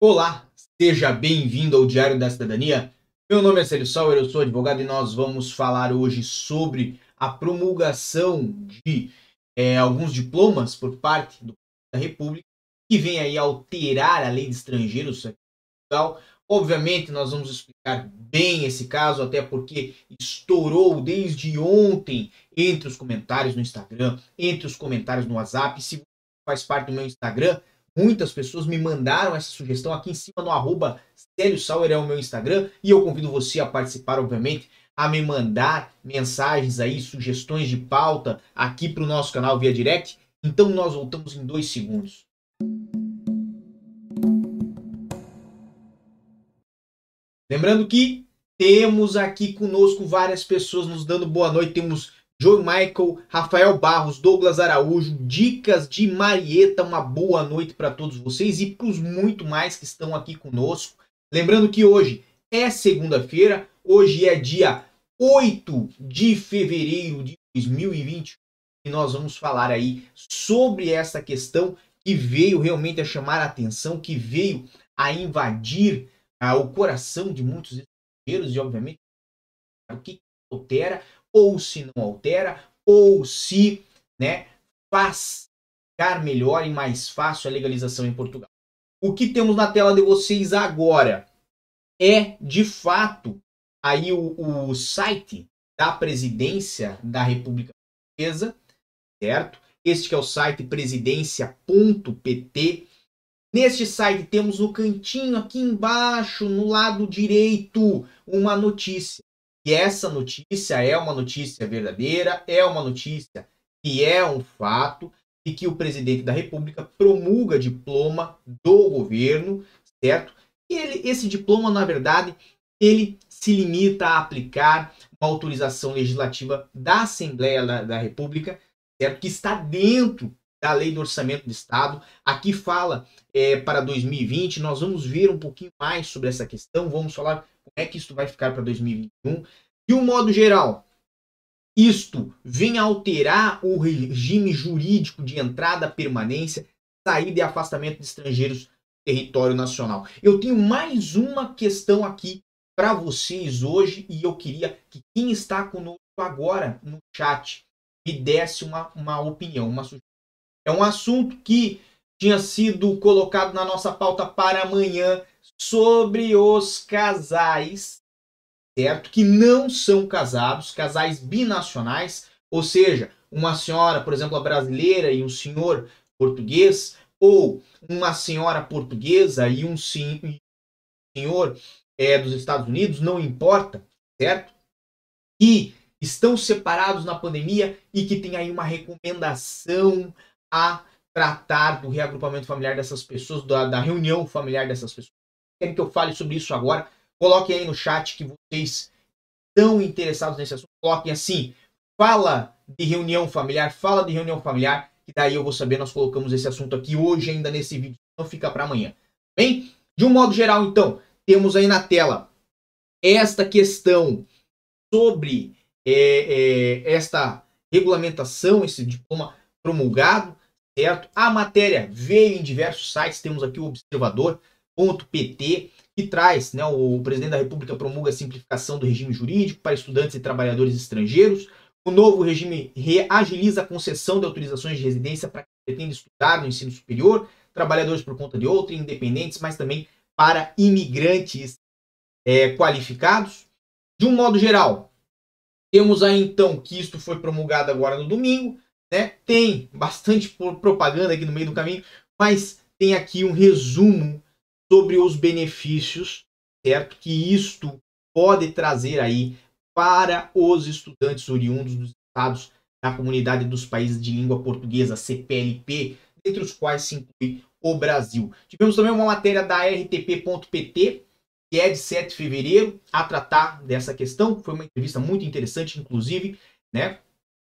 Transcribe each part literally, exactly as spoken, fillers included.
Olá, seja bem-vindo ao Diário da Cidadania. Meu nome é Célio Sauer, eu sou advogado e nós vamos falar hoje sobre a promulgação de é, alguns diplomas por parte do, da República que vem aí alterar a lei de estrangeiros aqui em Portugal. Obviamente nós vamos explicar bem esse caso, até porque estourou desde ontem entre os comentários no Instagram, entre os comentários no WhatsApp. Se você faz parte do meu Instagram, muitas pessoas me mandaram essa sugestão aqui em cima no arroba Célio Sauer é o meu Instagram, e eu convido você a participar, obviamente, a me mandar mensagens aí, sugestões de pauta aqui para o nosso canal via direct. Então nós voltamos em dois segundos. Lembrando que temos aqui conosco várias pessoas nos dando boa noite. Temos Joe Michael, Rafael Barros, Douglas Araújo, Dicas de Marieta. Uma boa noite para todos vocês e para os muito mais que estão aqui conosco. Lembrando que hoje é segunda-feira, hoje é dia oito de fevereiro de dois mil e vinte e um e nós vamos falar aí sobre essa questão que veio realmente a chamar a atenção, que veio a invadir ah, o coração de muitos estrangeiros e, obviamente, o que altera, ou se não altera, ou se né, faz ficar melhor e mais fácil a legalização em Portugal. O que temos na tela de vocês agora é, de fato, aí o, o site da Presidência da República Portuguesa, certo? Este que é o site presidência ponto pt. Neste site temos no cantinho aqui embaixo, no lado direito, uma notícia. E essa notícia é uma notícia verdadeira, é uma notícia que é um fato e que o presidente da República promulga diploma do governo, certo? E ele, esse diploma, na verdade, ele se limita a aplicar uma autorização legislativa da Assembleia da, da República, certo? Que está dentro da Lei do Orçamento do Estado. Aqui fala é, para dois mil e vinte, nós vamos ver um pouquinho mais sobre essa questão, vamos falar como é que isso vai ficar para dois mil e vinte e um. De um modo geral, isto vem alterar o regime jurídico de entrada, permanência, saída e afastamento de estrangeiros do território nacional. Eu tenho mais uma questão aqui para vocês hoje e eu queria que quem está conosco agora no chat me desse uma, uma opinião, uma sugestão. É um assunto que tinha sido colocado na nossa pauta para amanhã sobre os casais, certo? Que não são casados, casais binacionais, ou seja, uma senhora, por exemplo, a brasileira e um senhor português, ou uma senhora portuguesa e um senhor é, dos Estados Unidos, não importa, certo? Que estão separados na pandemia e que tem aí uma recomendação a tratar do reagrupamento familiar dessas pessoas, da, da reunião familiar dessas pessoas. Querem que eu fale sobre isso agora? Coloquem aí no chat que vocês estão interessados nesse assunto. Coloquem assim, fala de reunião familiar, fala de reunião familiar, que daí eu vou saber, nós colocamos esse assunto aqui hoje ainda nesse vídeo, não fica para amanhã. Bem, de um modo geral então, temos aí na tela esta questão sobre é, é, esta regulamentação, esse diploma promulgado, certo? A matéria veio em diversos sites, temos aqui o observador ponto pt, que traz, né, o presidente da República promulga a simplificação do regime jurídico para estudantes e trabalhadores estrangeiros. O novo regime agiliza a concessão de autorizações de residência para quem pretende estudar no ensino superior, trabalhadores por conta de outra, independentes, mas também para imigrantes é, qualificados. De um modo geral, temos aí então que isto foi promulgado agora no domingo, né? Tem bastante propaganda aqui no meio do caminho, mas tem aqui um resumo sobre os benefícios, certo? Que isto pode trazer aí para os estudantes oriundos dos estados da comunidade dos países de língua portuguesa, C P L P, entre os quais se inclui o Brasil. Tivemos também uma matéria da R T P ponto pt, que é de sete de fevereiro, a tratar dessa questão. Foi uma entrevista muito interessante, inclusive, né?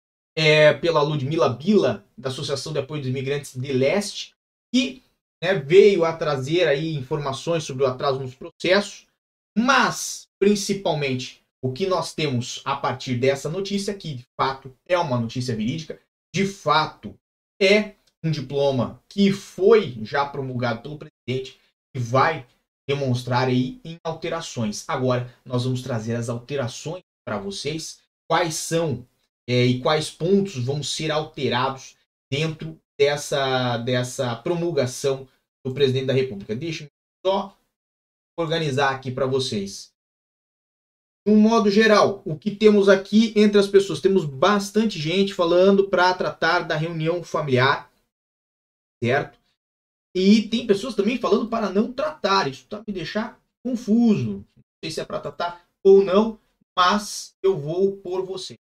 É, pela Ludmila Bila, da Associação de Apoio dos Imigrantes de Leste, que né, veio a trazer aí informações sobre o atraso nos processos, mas, principalmente, o que nós temos a partir dessa notícia, que de fato é uma notícia verídica, de fato é um diploma que foi já promulgado pelo presidente, que vai demonstrar aí em alterações. Agora, nós vamos trazer as alterações para vocês, quais são é, e quais pontos vão ser alterados dentro dessa, dessa promulgação do presidente da República. Deixa eu só organizar aqui para vocês. De um modo geral, o que temos aqui entre as pessoas? Temos bastante gente falando para tratar da reunião familiar, certo? E tem pessoas também falando para não tratar. Isso tá me deixar confuso. Não sei se é para tratar ou não, mas eu vou por você.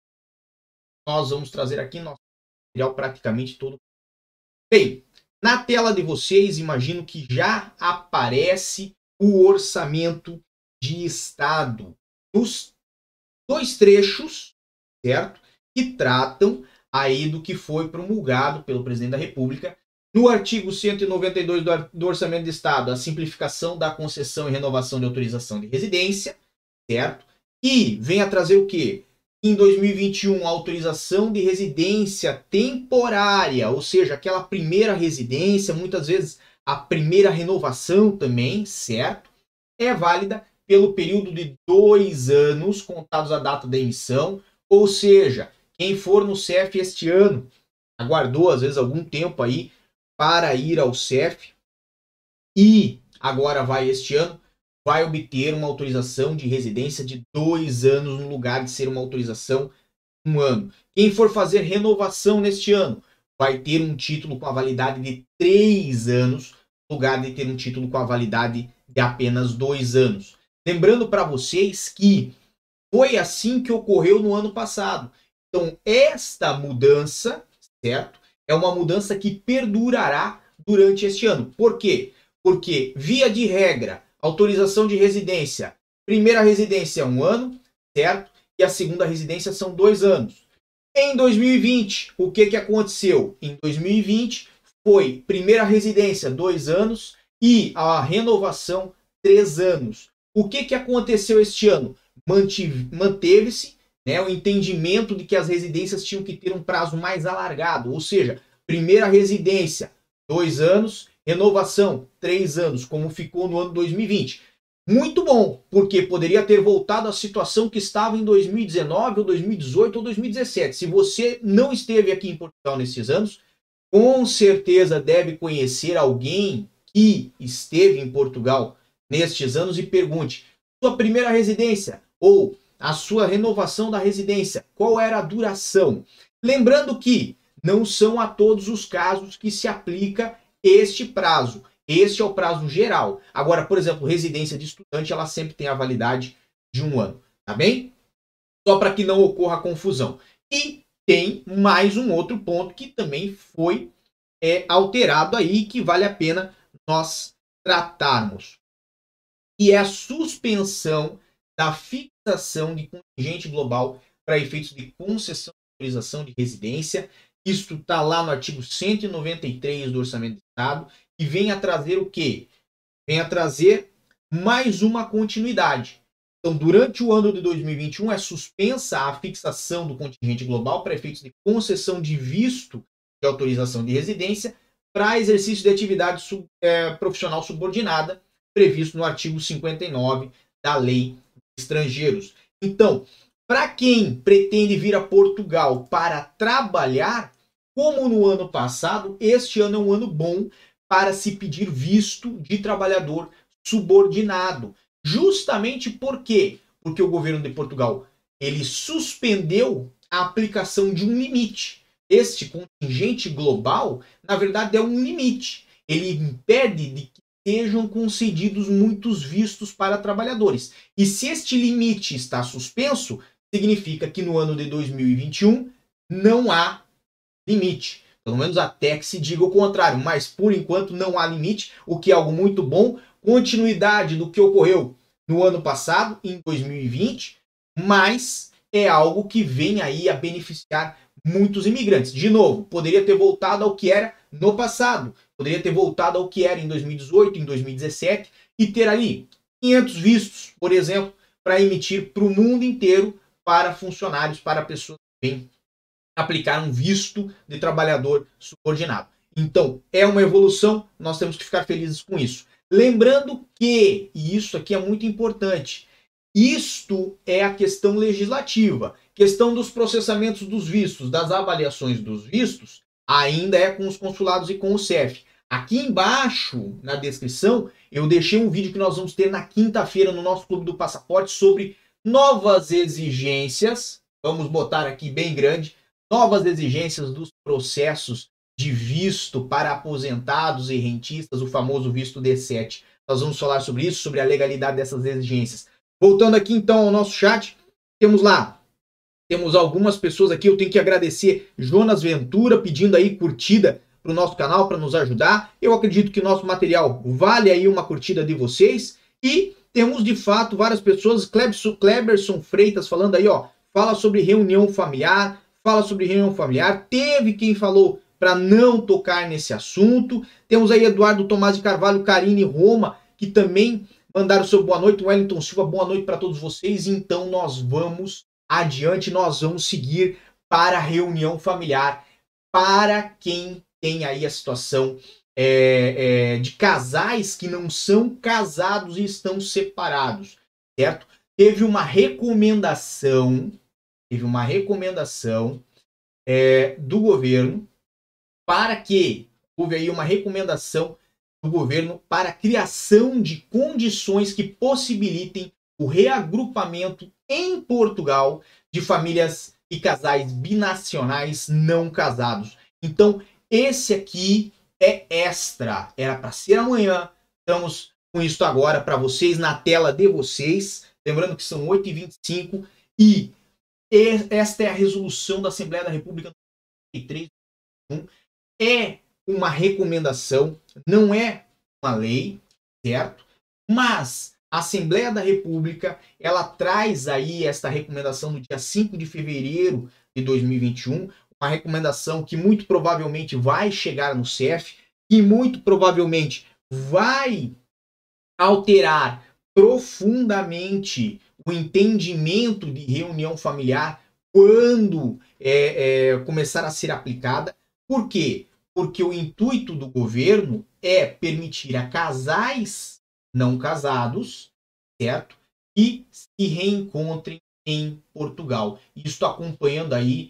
Nós vamos trazer aqui nosso material praticamente todo. Bem, na tela de vocês, imagino que já aparece o orçamento de Estado. Os dois trechos, certo? Que tratam aí do que foi promulgado pelo presidente da República. No artigo cento e noventa e dois do Orçamento de Estado, a simplificação da concessão e renovação de autorização de residência, certo? E vem a trazer o quê? Em dois mil e vinte e um, a autorização de residência temporária, ou seja, aquela primeira residência, muitas vezes a primeira renovação também, certo? É válida pelo período de dois anos, contados a data da emissão, ou seja, quem for no C E F este ano, aguardou às vezes algum tempo aí para ir ao C E F e agora vai este ano, vai obter uma autorização de residência de dois anos no lugar de ser uma autorização de um ano. Quem for fazer renovação neste ano vai ter um título com a validade de três anos, no lugar de ter um título com a validade de apenas dois anos. Lembrando para vocês que foi assim que ocorreu no ano passado. Então, esta mudança, certo? É uma mudança que perdurará durante este ano. Por quê? Porque, via de regra, autorização de residência, primeira residência é um ano, certo? E a segunda residência são dois anos. Em dois mil e vinte, o que, que aconteceu? Em dois mil e vinte, foi primeira residência, dois anos, e a renovação, três anos. O que, que aconteceu este ano? Manteve-se, né, o entendimento de que as residências tinham que ter um prazo mais alargado, ou seja, primeira residência, dois anos, renovação, três anos, como ficou no ano dois mil e vinte. Muito bom, porque poderia ter voltado à situação que estava em dois mil e dezenove, ou dois mil e dezoito, ou dois mil e dezessete. Se você não esteve aqui em Portugal nesses anos, com certeza deve conhecer alguém que esteve em Portugal nestes anos e pergunte: sua primeira residência ou a sua renovação da residência, qual era a duração? Lembrando que não são a todos os casos que se aplica este prazo. Este é o prazo geral. Agora, por exemplo, residência de estudante, ela sempre tem a validade de um ano, tá bem? Só para que não ocorra confusão. E tem mais um outro ponto que também foi é, alterado aí, que vale a pena nós tratarmos. E é a suspensão da fixação de contingente global para efeitos de concessão de autorização de residência. Isto está lá no artigo cento e noventa e três do Orçamento do Estado e vem a trazer o quê? Vem a trazer mais uma continuidade. Então, durante o ano de dois mil e vinte e um, é suspensa a fixação do contingente global para efeitos de concessão de visto de autorização de residência para exercício de atividade sub, é, profissional subordinada, previsto no artigo cinquenta e nove da Lei de Estrangeiros. Então, para quem pretende vir a Portugal para trabalhar, como no ano passado, este ano é um ano bom para se pedir visto de trabalhador subordinado. Justamente por quê? Porque o governo de Portugal ele suspendeu a aplicação de um limite. Este contingente global, na verdade, é um limite. Ele impede de que sejam concedidos muitos vistos para trabalhadores. E se este limite está suspenso, significa que no ano de dois mil e vinte e um não há limite. Pelo menos até que se diga o contrário, mas por enquanto não há limite, o que é algo muito bom. Continuidade do que ocorreu no ano passado, em dois mil e vinte, mas é algo que vem aí a beneficiar muitos imigrantes. De novo, poderia ter voltado ao que era no passado, poderia ter voltado ao que era em dois mil e dezoito, em dois mil e dezessete, e ter ali quinhentos vistos, por exemplo, para emitir para o mundo inteiro para funcionários, para pessoas que vêm aplicar um visto de trabalhador subordinado. Então, é uma evolução, nós temos que ficar felizes com isso. Lembrando que, e isso aqui é muito importante, isto é a questão legislativa. Questão dos processamentos dos vistos, das avaliações dos vistos, ainda é com os consulados e com o C E F. Aqui embaixo, na descrição, eu deixei um vídeo que nós vamos ter na quinta-feira no nosso Clube do Passaporte sobre novas exigências, vamos botar aqui bem grande, novas exigências dos processos de visto para aposentados e rentistas, o famoso visto D sete. Nós vamos falar sobre isso, sobre a legalidade dessas exigências. Voltando aqui então ao nosso chat, temos lá, temos algumas pessoas aqui, eu tenho que agradecer Jonas Ventura pedindo aí curtida para o nosso canal, para nos ajudar. Eu acredito que nosso material vale aí uma curtida de vocês. E temos de fato várias pessoas, Cleberson Freitas falando aí, ó, fala sobre reunião familiar, fala sobre reunião familiar, teve quem falou para não tocar nesse assunto. Temos aí Eduardo Tomás de Carvalho, Karine Roma, que também mandaram seu boa noite. Wellington Silva, boa noite para todos vocês. Então nós vamos adiante, nós vamos seguir para a reunião familiar. Para quem tem aí a situação é, é, de casais que não são casados e estão separados, certo? Teve uma recomendação, teve uma recomendação é, do governo para que, houve aí uma recomendação do governo para a criação de condições que possibilitem o reagrupamento em Portugal de famílias e casais binacionais não casados. Então, esse aqui é extra. Era para ser amanhã. Estamos com isso agora para vocês, na tela de vocês. Lembrando que são oito e vinte e cinco e esta é a resolução da Assembleia da República trinta e três. É uma recomendação, não é uma lei, certo? Mas a Assembleia da República, ela traz aí esta recomendação no dia cinco de fevereiro de dois mil e vinte e um, uma recomendação que muito provavelmente vai chegar no C E F, que muito provavelmente vai alterar profundamente o entendimento de reunião familiar quando é, é, começar a ser aplicada. Por quê? Porque o intuito do governo é permitir a casais não casados, certo? Que se reencontrem em Portugal. Isso acompanhando aí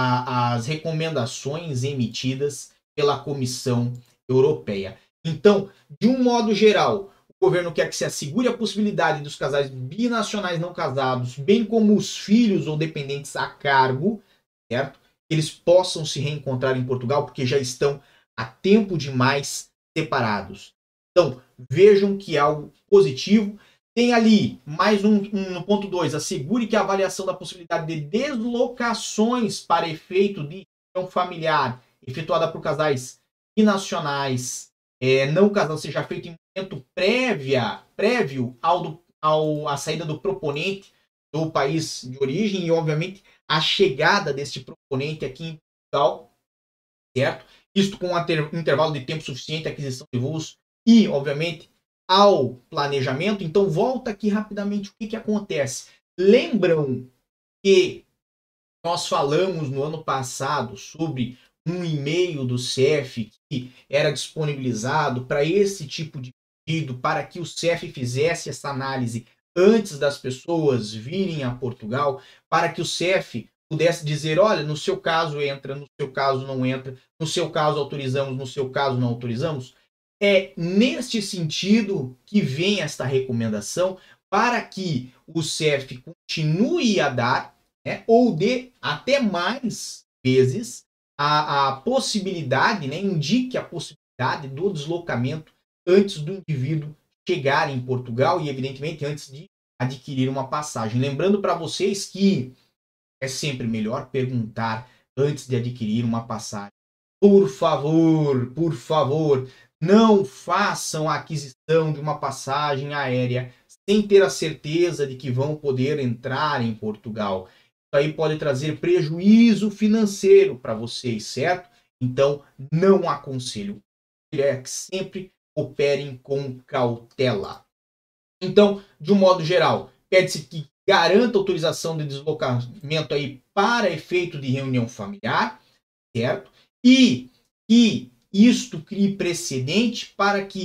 a, as recomendações emitidas pela Comissão Europeia. Então, de um modo geral, o governo quer que se assegure a possibilidade dos casais binacionais não casados, bem como os filhos ou dependentes a cargo, certo? Eles possam se reencontrar em Portugal, porque já estão há tempo demais separados. Então, vejam que é algo positivo. Tem ali, mais um, um no ponto dois, assegure que a avaliação da possibilidade de deslocações para efeito de reunião familiar efetuada por casais binacionais é, não casados seja feita em momento prévia, prévio ao, do, ao a saída do proponente do país de origem e, obviamente, a chegada deste proponente aqui em Portugal, certo? Isto com um intervalo de tempo suficiente, aquisição de voos e, obviamente, ao planejamento. Então, volta aqui rapidamente o que, que acontece. Lembram que nós falamos no ano passado sobre um e-mail do C E F que era disponibilizado para esse tipo de pedido, para que o C E F fizesse essa análise antes das pessoas virem a Portugal, para que o C E F pudesse dizer, olha, no seu caso entra, no seu caso não entra, no seu caso autorizamos, no seu caso não autorizamos. É neste sentido que vem esta recomendação para que o C E F continue a dar, né, ou dê até mais vezes a, a possibilidade, né, indique a possibilidade do deslocamento antes do indivíduo chegar em Portugal e, evidentemente, antes de adquirir uma passagem. Lembrando para vocês que é sempre melhor perguntar antes de adquirir uma passagem. Por favor, por favor, não façam a aquisição de uma passagem aérea sem ter a certeza de que vão poder entrar em Portugal. Isso aí pode trazer prejuízo financeiro para vocês, certo? Então, não aconselho. É que sempre operem com cautela. Então, de um modo geral, pede-se que garanta autorização de deslocamento aí para efeito de reunião familiar, certo? E que isto crie precedente para que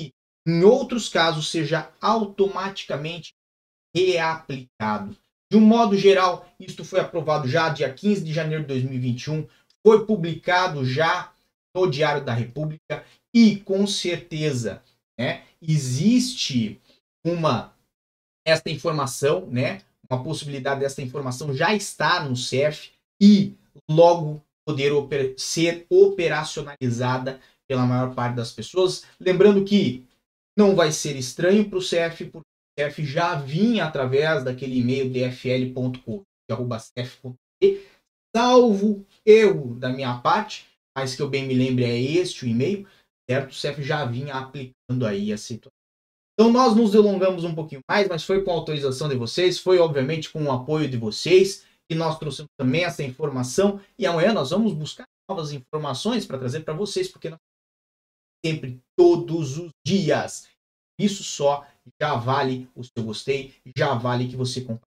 em outros casos seja automaticamente reaplicado. De um modo geral, isto foi aprovado já dia quinze de janeiro de dois mil e vinte e um, foi publicado já no Diário da República e, com certeza, né, existe uma esta informação, né, uma possibilidade desta informação já está no C E F e logo poder oper- ser operacionalizada pela maior parte das pessoas. Lembrando que não vai ser estranho para o C E F, porque o C E F já vinha através daquele e-mail d f l ponto com arroba c f ponto p, salvo erro da minha parte, mas que eu bem me lembre é este o e-mail, certo? O C E F já vinha aplicando aí a situação. Então nós nos delongamos um pouquinho mais, mas foi com a autorização de vocês, foi obviamente com o apoio de vocês, que nós trouxemos também essa informação, e amanhã nós vamos buscar novas informações para trazer para vocês, porque nós sempre, todos os dias. Isso só já vale o seu gostei, já vale que você compartilhe.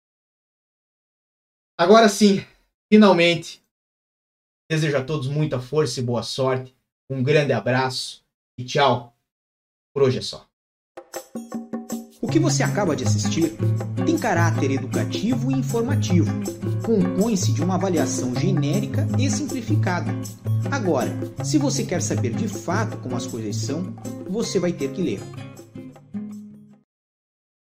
Agora sim, finalmente, desejo a todos muita força e boa sorte, um grande abraço e tchau. Por hoje é só. O que você acaba de assistir tem caráter educativo e informativo. Compõe-se de uma avaliação genérica e simplificada. Agora, se você quer saber de fato como as coisas são, você vai ter que ler.